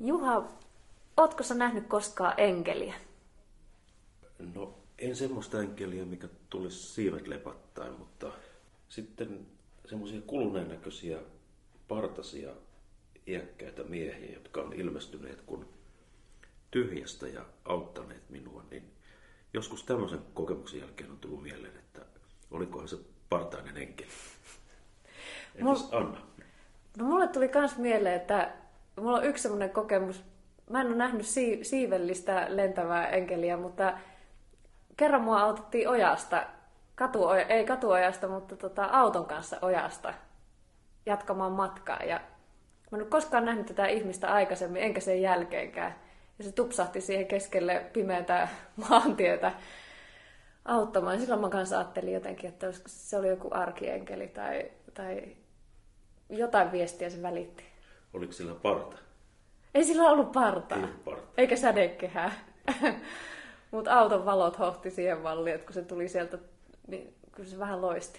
Juha, ootko sä nähnyt koskaan enkeliä? No, en semmoista enkeliä, mikä tulisi siivet lepattaen, mutta sitten semmoisia kuluneen näköisiä partaisia iäkkäitä miehiä, jotka on ilmestyneet kun tyhjästä ja auttaneet minua, niin joskus tämmöisen kokemuksen jälkeen on tullut mieleen, että olikohan se partainen enkeli. Entäs Anna? No mulle tuli kans mieleen, että mulla on yksi semmoinen kokemus. Mä en ole nähnyt siivellistä lentävää enkeliä, mutta kerran mua autettiin ojasta, ei katuojasta, mutta auton kanssa ojasta jatkamaan matkaa. Ja mä en ole koskaan nähnyt tätä ihmistä aikaisemmin, enkä sen jälkeenkään. Ja se tupsahti siihen keskelle pimeätä maantietä auttamaan. Silloin mä kanssa ajattelin jotenkin, että se oli joku arkienkeli tai jotain viestiä se välitti. Oliko sillä parta? Ei sillä ollut parta. Eikä sädekehää. Mutta auton valot hohti siihen malliin, että kun se tuli sieltä, niin kyllä se vähän loisti.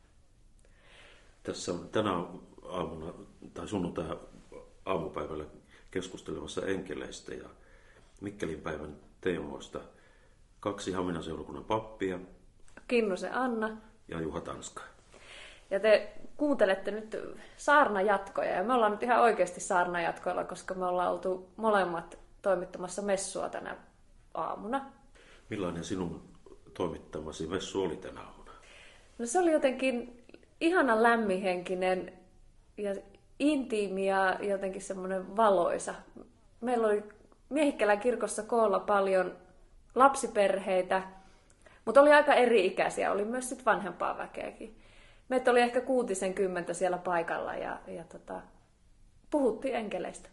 Tässä on tänä aamuna tai sunnuntai aamupäivällä keskustelemassa enkeleistä ja Mikkelin päivän teemoista 2 Haminan seurakunnan pappia. Kinnusen Anna. Ja Juha Tanska. Ja te kuuntelette nyt saarnajatkoja, ja me ollaan nyt ihan oikeasti saarnajatkoilla, koska me ollaan oltu molemmat toimittamassa messua tänä aamuna. Millainen sinun toimittamasi messu oli tänä aamuna? No se oli jotenkin ihanan lämminhenkinen ja intiimi ja jotenkin semmoinen valoisa. Meillä oli Miehikkälän kirkossa koolla paljon lapsiperheitä, mutta oli aika eri-ikäisiä, oli myös sit vanhempaa väkeäkin. Meitä oli ehkä 60 siellä paikalla ja puhuttiin enkeleistä.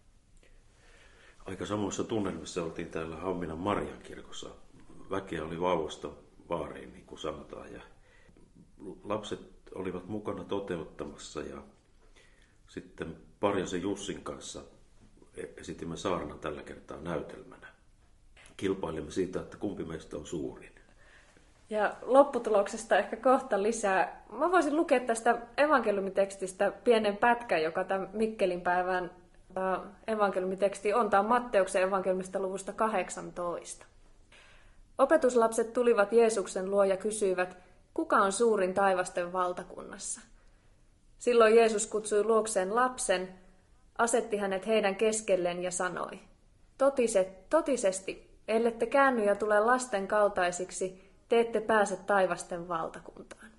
Aika samoissa tunnelmissa oltiin täällä Haminan Marian kirkossa. Väkeä oli vauvasta vaariin, niin kuin sanotaan. Ja lapset olivat mukana toteuttamassa ja sitten Parjasen Jussin kanssa esitimme saarnan tällä kertaa näytelmänä. Kilpailimme siitä, että kumpi meistä on suurin. Ja lopputuloksesta ehkä kohta lisää. Mä voisin lukea tästä evankeliumitekstistä pienen pätkän, joka tämän Mikkelin päivän evankeliumiteksti on. Tämä on Matteuksen evankeliumista luvusta 18. Opetuslapset tulivat Jeesuksen luo ja kysyivät, kuka on suurin taivasten valtakunnassa? Silloin Jeesus kutsui luokseen lapsen, asetti hänet heidän keskelleen ja sanoi, totisesti, ellette käänny ja tule lasten kaltaisiksi, te ette pääse taivasten valtakuntaan.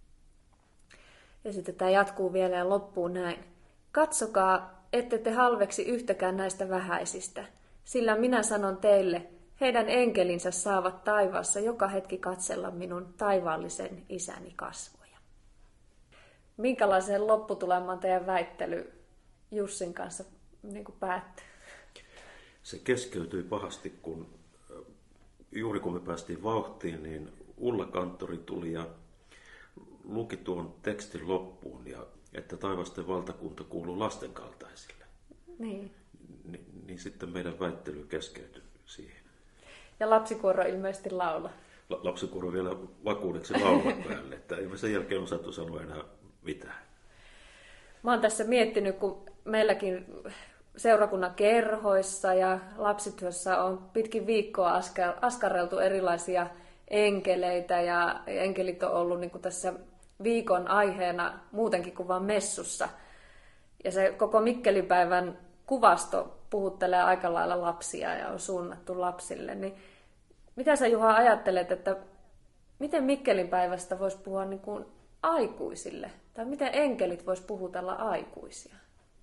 Ja sitten tämä jatkuu vielä ja loppuu näin. Katsokaa, ette te halveksi yhtäkään näistä vähäisistä, sillä minä sanon teille, heidän enkelinsä saavat taivaassa joka hetki katsella minun taivaallisen isäni kasvoja. Minkälaiseen lopputulemaan teidän väittely Jussin kanssa niin kuin päättyy? Se keskeytyi pahasti, juuri kun me päästiin vauhtiin, niin Ulla Kanttori tuli ja luki tuon tekstin loppuun, ja että taivasten valtakunta kuuluu lasten kaltaisille. Niin sitten meidän väittely keskeytyi siihen. Ja lapsikuoro ilmeisesti laula. Lapsikuoro vielä vakuudeksi laulaa päälle, että ei me sen jälkeen osattu sanoa enää mitään. Mä oon tässä miettinyt, kun meilläkin seurakunnan kerhoissa ja lapsityössä on pitkin viikkoa askarreltu erilaisia enkeleitä ja enkelit on ollut niin kuin tässä viikon aiheena muutenkin kuin vaan messussa. Ja se koko Mikkelipäivän kuvasto puhuttelee aika lailla lapsia ja on suunnattu lapsille. Niin mitä sä Juha ajattelet, että miten Mikkelinpäivästä voisi puhua niin kuin aikuisille? Tai miten enkelit vois puhutella aikuisia?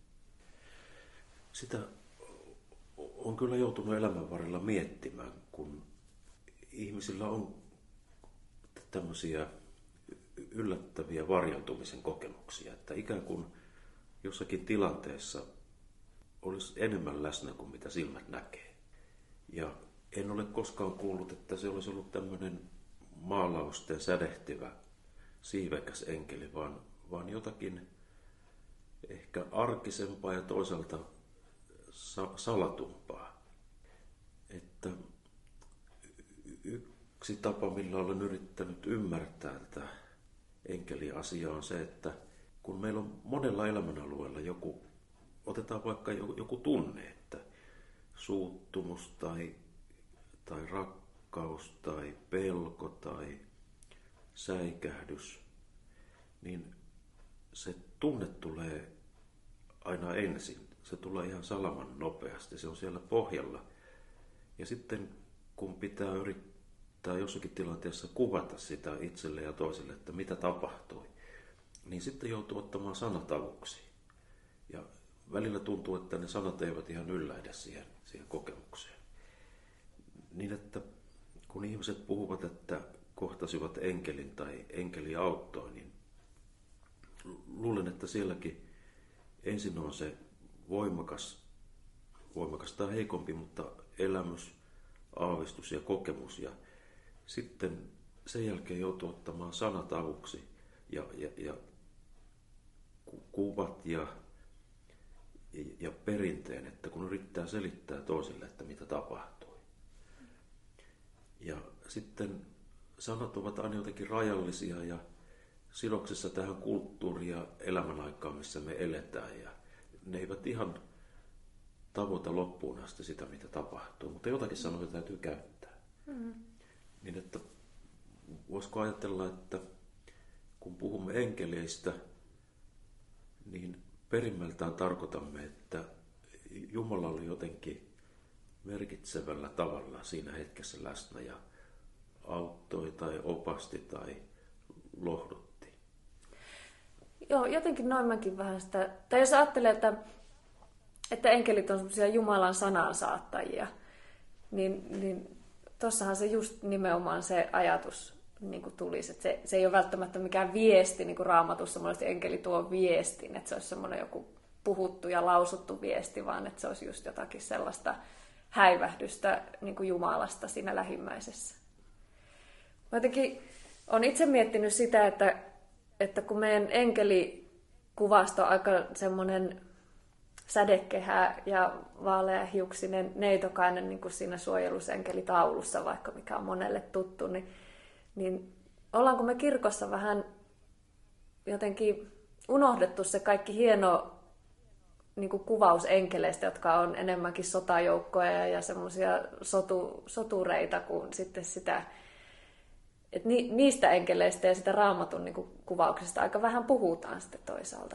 Sitä on kyllä joutunut elämän varrella miettimään, kun ihmisillä on tämmöisiä yllättäviä varjeltumisen kokemuksia, että ikään kuin jossakin tilanteessa olisi enemmän läsnä kuin mitä silmät näkee. Ja en ole koskaan kuullut, että se olisi ollut tämmöinen maalausten sädehtivä siivekäs enkeli, vaan jotakin ehkä arkisempaa ja toisaalta salatumpaa. Että yksi tapa, millä olen yrittänyt ymmärtää tätä enkeliasiaa on se, että kun meillä on monella elämänalueella otetaan vaikka joku tunne, että suuttumus tai rakkaus tai pelko tai säikähdys, niin se tunne tulee aina ensin. Se tulee ihan salaman nopeasti, se on siellä pohjalla. Ja sitten kun pitää yrittää jossakin tilanteessa kuvata sitä itselle ja toiselle, että mitä tapahtui, niin sitten joutuu ottamaan sanat avuksi. Ja välillä tuntuu, että ne sanat eivät ihan yllähdä siihen kokemukseen. Niin että kun ihmiset puhuvat, että kohtasivat enkelin tai enkeli auttoi, niin luulen, että sielläkin ensin on se voimakas tai heikompi, mutta elämys, aavistus ja kokemus. Ja sitten sen jälkeen joutuu ottamaan sanat avuksi ja kuvat ja perinteen, että kun yrittää selittää toiselle, että mitä tapahtui. Ja sitten sanat ovat aina jotenkin rajallisia ja sidoksissa tähän kulttuuriin ja elämänaikaan, missä me eletään. Ja ne eivät ihan tavoita loppuun asti sitä, mitä tapahtuu, mutta jotakin sanoja täytyy käyttää. Niin että voisiko ajatella, että kun puhumme enkeleistä, niin perimmältään tarkoitamme, että Jumala oli jotenkin merkitsevällä tavalla siinä hetkessä läsnä ja auttoi tai opasti tai lohdutti. Joo, jotenkin noin mäkin vähän sitä. Tai jos ajattelee, että enkelit on semmoisia Jumalan sanansaattajia, niin tossahan se just nimenomaan se ajatus niin kuin tulisi. Että se ei ole välttämättä mikään viesti, niin kuin Raamatussa monesti enkeli tuo viestin, että se olisi semmoinen joku puhuttu ja lausuttu viesti, vaan että se olisi just jotakin sellaista häivähdystä niin kuin Jumalasta siinä lähimmäisessä. Mä jotenkin olen itse miettinyt sitä, että kun meidän enkelikuvasto on aika semmoinen sädekehä ja vaaleahiuksinen neitokainen niin kuin siinä suojelusenkelitaulussa, vaikka mikä on monelle tuttu, niin ollaanko me kirkossa vähän jotenkin unohdettu se kaikki hieno niin kuin kuvaus enkeleistä, jotka on enemmänkin sotajoukkoja ja semmoisia sotureita kuin sitten sitä, että niistä enkeleistä ja sitä Raamatun niin kuin kuvauksesta aika vähän puhutaan sitten toisaalta.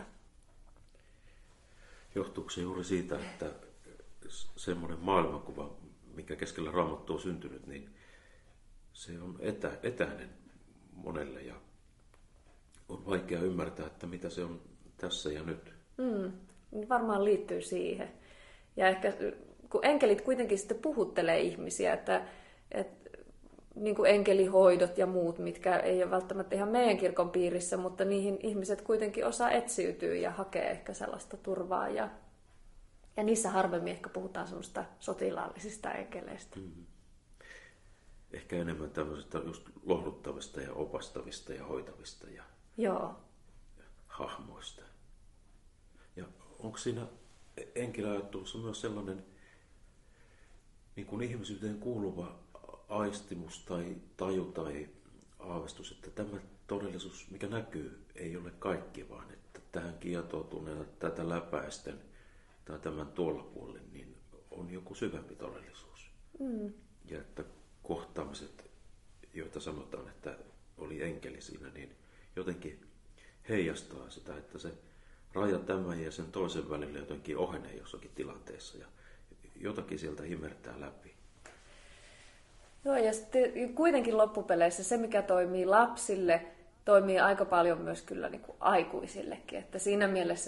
Johtuuko se juuri siitä, että semmoinen maailmankuva, mikä keskellä Raamattua on syntynyt, niin se on etäinen monelle ja on vaikea ymmärtää, että mitä se on tässä ja nyt. Varmaan liittyy siihen. Ja ehkä kun enkelit kuitenkin sitten puhuttelee ihmisiä, että niin kuin enkelihoidot ja muut, mitkä ei ole välttämättä ihan meidän kirkon piirissä, mutta niihin ihmiset kuitenkin osaa etsiytyä ja hakee ehkä sellaista turvaa. Ja niissä harvemmin ehkä puhutaan semmoista sotilaallisista enkeleistä. Ehkä enemmän tämmöisistä just lohduttavista ja opastavista ja hoitavista ja hahmoista. Ja onko siinä enkeliajattelussa myös sellainen niin kuin ihmisyyteen kuuluva aistimus tai taju tai aavistus, että tämä todellisuus, mikä näkyy, ei ole kaikki, vaan että tähän kietoutuneena tätä läpäisten tai tämän tuolla puolella, niin on joku syvempi todellisuus. Ja että kohtaamiset, joita sanotaan, että oli enkeli siinä, niin jotenkin heijastaa sitä, että se raja tämän ja sen toisen välillä jotenkin ohenee jossakin tilanteessa ja jotakin sieltä himertää läpi. Joo, ja sitten kuitenkin loppupeleissä se, mikä toimii lapsille, toimii aika paljon myös kyllä niin kuin aikuisillekin. Että siinä mielessä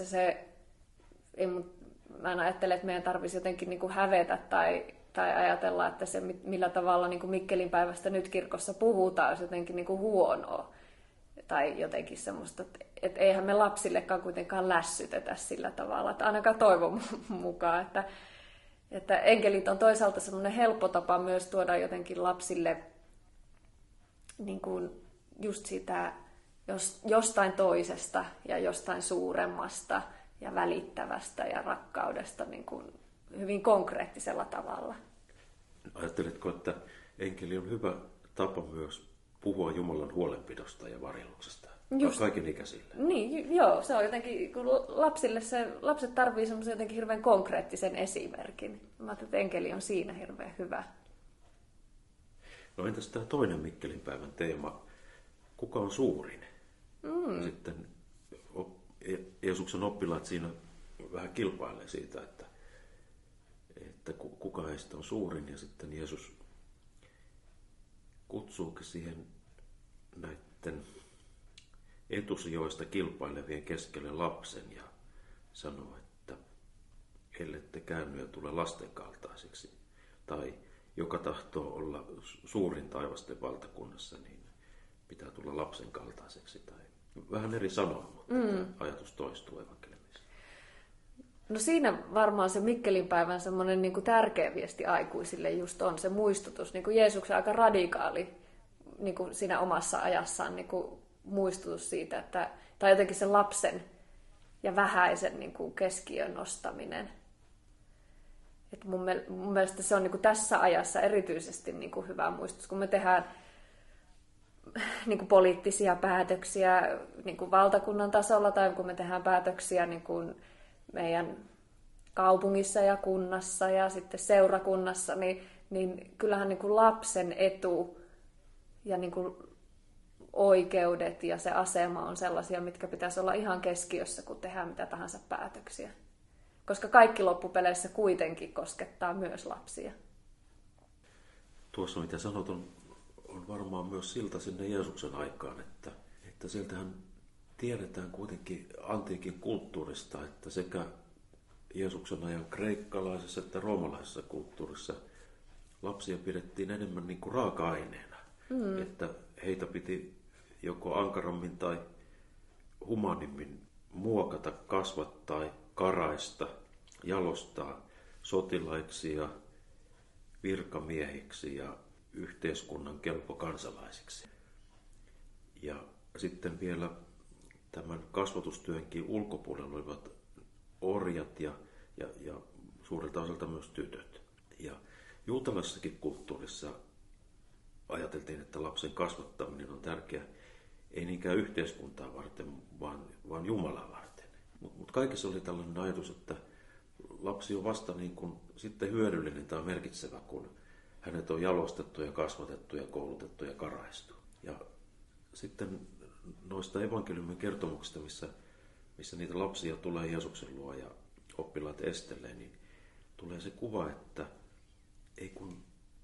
mä en ajattele, että meidän tarvitsisi jotenkin niin kuin hävetä tai ajatella, että se millä tavalla niin kuin Mikkelin päivästä nyt kirkossa puhutaan, olisi jotenkin niin kuin huonoa. Tai jotenkin semmoista, että eihän me lapsillekaan kuitenkaan lässytetä sillä tavalla, että ainakaan toivon mukaan, että enkelit on toisaalta semmoinen helppo tapa myös tuoda jotenkin lapsille niin kuin just sitä jostain toisesta ja jostain suuremmasta ja välittävästä ja rakkaudesta niin kuin hyvin konkreettisella tavalla. Ajatteletko, että enkeli on hyvä tapa myös puhua Jumalan huolenpidosta ja varjeluksesta? kaiken ikäisille. Niin, joo, se on jotenkin, kun lapset tarvii semmoisen jotenkin hirveän konkreettisen esimerkin. Mä ajattelin, että enkeli on siinä hirveän hyvä. No entäs tämä toinen Mikkelin päivän teema, kuka on suurin? Ja sitten Jeesuksen oppilaat siinä vähän kilpailee siitä, että kuka heistä on suurin, ja sitten Jeesus kutsuukin siihen näiden etusijoista kilpailevien keskelle lapsen ja sanoo, että ellette käänny ja tule lasten kaltaisiksi, tai joka tahtoo olla suurin taivasten valtakunnassa, niin pitää tulla lapsen kaltaiseksi. Tai vähän eri sanoa, mutta ajatus toistuu evankeliumissa. No siinä varmaan se Mikkelin päivän semmoinen niin kuin tärkeä viesti aikuisille just on se muistutus, niin kuin Jeesuksen aika radikaali niin kuin siinä omassa ajassaan niin kuin muistutus siitä, että, tai jotenkin sen lapsen ja vähäisen niin kuin keskiön nostaminen. Et mun mielestä se on niin kuin tässä ajassa erityisesti niin kuin hyvä muistutus, kun me tehdään niin kuin poliittisia päätöksiä niin kuin valtakunnan tasolla tai kun me tehdään päätöksiä niin kuin meidän kaupungissa ja kunnassa ja sitten seurakunnassa, niin kyllähän niin kuin lapsen etu ja niin kuin oikeudet ja se asema on sellaisia, mitkä pitäisi olla ihan keskiössä, kun tehdään mitä tahansa päätöksiä. Koska kaikki loppupeleissä kuitenkin koskettaa myös lapsia. Tuossa mitä sanot on varmaan myös silta sinne Jeesuksen aikaan, että sieltähän tiedetään kuitenkin antiikin kulttuurista, että sekä Jeesuksen ajan kreikkalaisessa että roomalaisessa kulttuurissa lapsia pidettiin enemmän niin kuin raaka-aineena. Että heitä piti joko ankarammin tai humanimmin muokata, kasvattaa, karaista, jalostaa sotilaiksi ja virkamiehiksi ja yhteiskunnan kelpokansalaisiksi. Ja sitten vielä tämän kasvatustyönkin ulkopuolella olivat orjat ja suurelta osalta myös tytöt. Ja juutalaisessakin kulttuurissa ajateltiin, että lapsen kasvattaminen on tärkeä, ei niinkään yhteiskuntaa varten, vaan Jumalaa varten. Mutta kaikessa oli tällainen ajatus, että lapsi on vasta niin kuin sitten hyödyllinen tai merkitsevä, kun hänet on jalostettu ja kasvatettu ja koulutettu ja karaistu. Ja sitten noista evankeliumin kertomuksista, missä niitä lapsia tulee Jeesuksen luo ja oppilaat estelee, niin tulee se kuva, että ei kun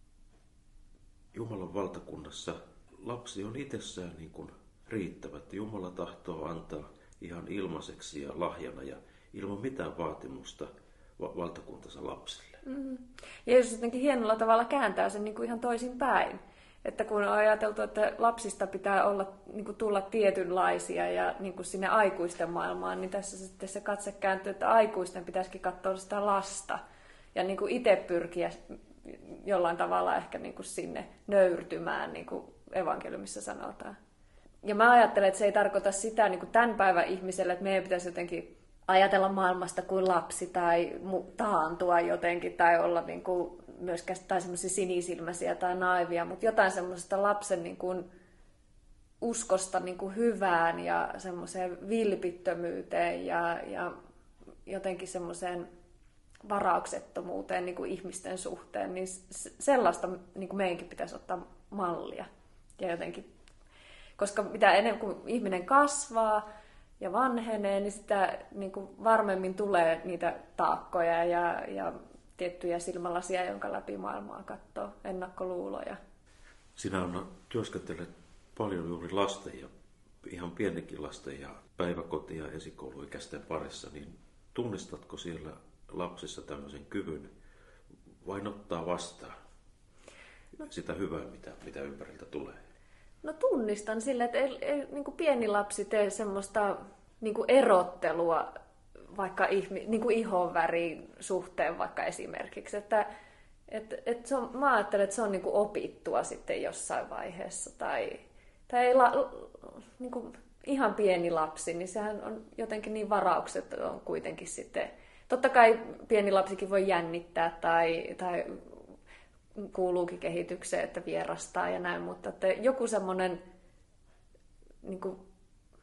Jumalan valtakunnassa lapsi on itsessään niin kuin riittävä, että Jumala tahtoo antaa ihan ilmaiseksi ja lahjana ja ilman mitään vaatimusta valtakuntansa lapsille. Jeesus jotenkin hienolla tavalla kääntää sen niin kuin ihan toisin päin. Että kun on ajateltu, että lapsista pitää olla, niin kuin tulla tietynlaisia ja niin kuin sinne aikuisten maailmaan, niin tässä sitten se katse kääntyy, että aikuisten pitäisikin katsoa sitä lasta ja niin kuin itse pyrkiä jollain tavalla ehkä niin kuin sinne nöyrtymään, niin kuin evankeliumissa sanotaan. Ja mä ajattelen, että se ei tarkoita sitä niin kuin tämän päivän ihmiselle, että meidän pitäisi jotenkin ajatella maailmasta kuin lapsi tai taantua jotenkin tai olla niin kuin myöskään tai semmoisia sinisilmäisiä tai naivia, mutta jotain semmoisesta lapsen niin kuin uskosta niin kuin hyvään ja semmoiseen vilpittömyyteen ja jotenkin semmoiseen varauksettomuuteen niin kuin ihmisten suhteen, niin sellaista niin kuin meidänkin pitäisi ottaa mallia. Ja jotenkin, koska mitä enemmän kuin ihminen kasvaa ja vanhenee, niin sitä niin kuin varmemmin tulee niitä taakkoja ja tiettyjä silmälasia, jonka läpi maailmaa katsoo, ennakkoluuloja. Sinä työskentelet paljon juuri lasten ja ihan pienikin lasten ja päiväkoti- ja esikouluikäisten parissa, niin tunnistatko siellä lapsissa tämmöisen kyvyn vain ottaa vastaan sitä hyvää, mitä ympäriltä tulee? No tunnistan sille, että ei niin kuin pieni lapsi tee semmoista niin kuin erottelua vaikka niin kuin ihonvärin suhteen vaikka esimerkiksi. Että se on, mä ajattelen, että se on niin kuin opittua sitten jossain vaiheessa. Tai ei niin kuin ihan pieni lapsi, niin sehän on jotenkin niin varaukset on kuitenkin sitten. Totta kai pieni lapsikin voi jännittää tai kuuluukin kehitykseen, että vierastaa ja näin, mutta että joku semmoinen niin kuin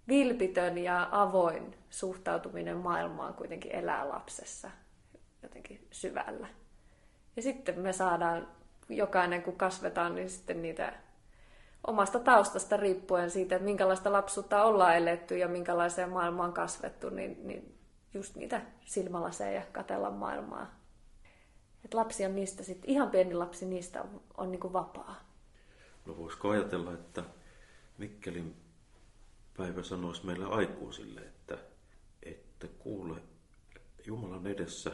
vilpitön ja avoin suhtautuminen maailmaan kuitenkin elää lapsessa jotenkin syvällä. Ja sitten me saadaan, jokainen kun kasvetaan, niin sitten niitä omasta taustasta riippuen siitä, että minkälaista lapsuutta ollaan eletty ja minkälaiseen maailmaan kasvettu, niin just niitä silmälaseja katella maailmaa. Et lapsi on niistä sitten, ihan pieni lapsi niistä on niin kuin vapaa. No voisiko ajatella, että Mikkelin päivä sanoisi meille aikuisille, että kuule, Jumalan edessä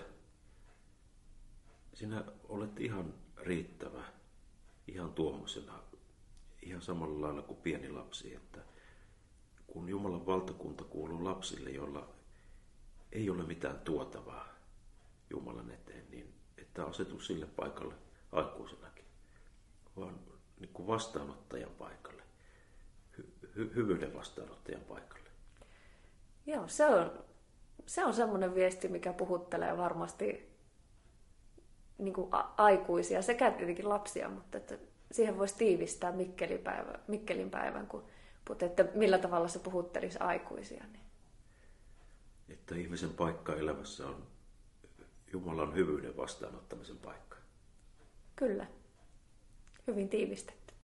sinä olet ihan riittävä, ihan tuommoisena, ihan samalla lailla kuin pieni lapsi, että kun Jumalan valtakunta kuuluu lapsille, joilla ei ole mitään tuotavaa Jumalan eteen, niin että asetu sille paikalle aikuisenakin, vaan niin kuin vastaanottajan paikalle, hyvyyden vastaanottajan paikalle. Joo, se on semmoinen viesti, mikä puhuttelee varmasti niin kuin aikuisia sekä tietenkin lapsia, mutta että siihen voisi tiivistää Mikkelin päivän, mutta että millä tavalla se puhuttelisi aikuisia. Niin. Että ihmisen paikka elämässä on Jumalan hyvyyden vastaanottamisen paikka. Kyllä, hyvin tiivistetty.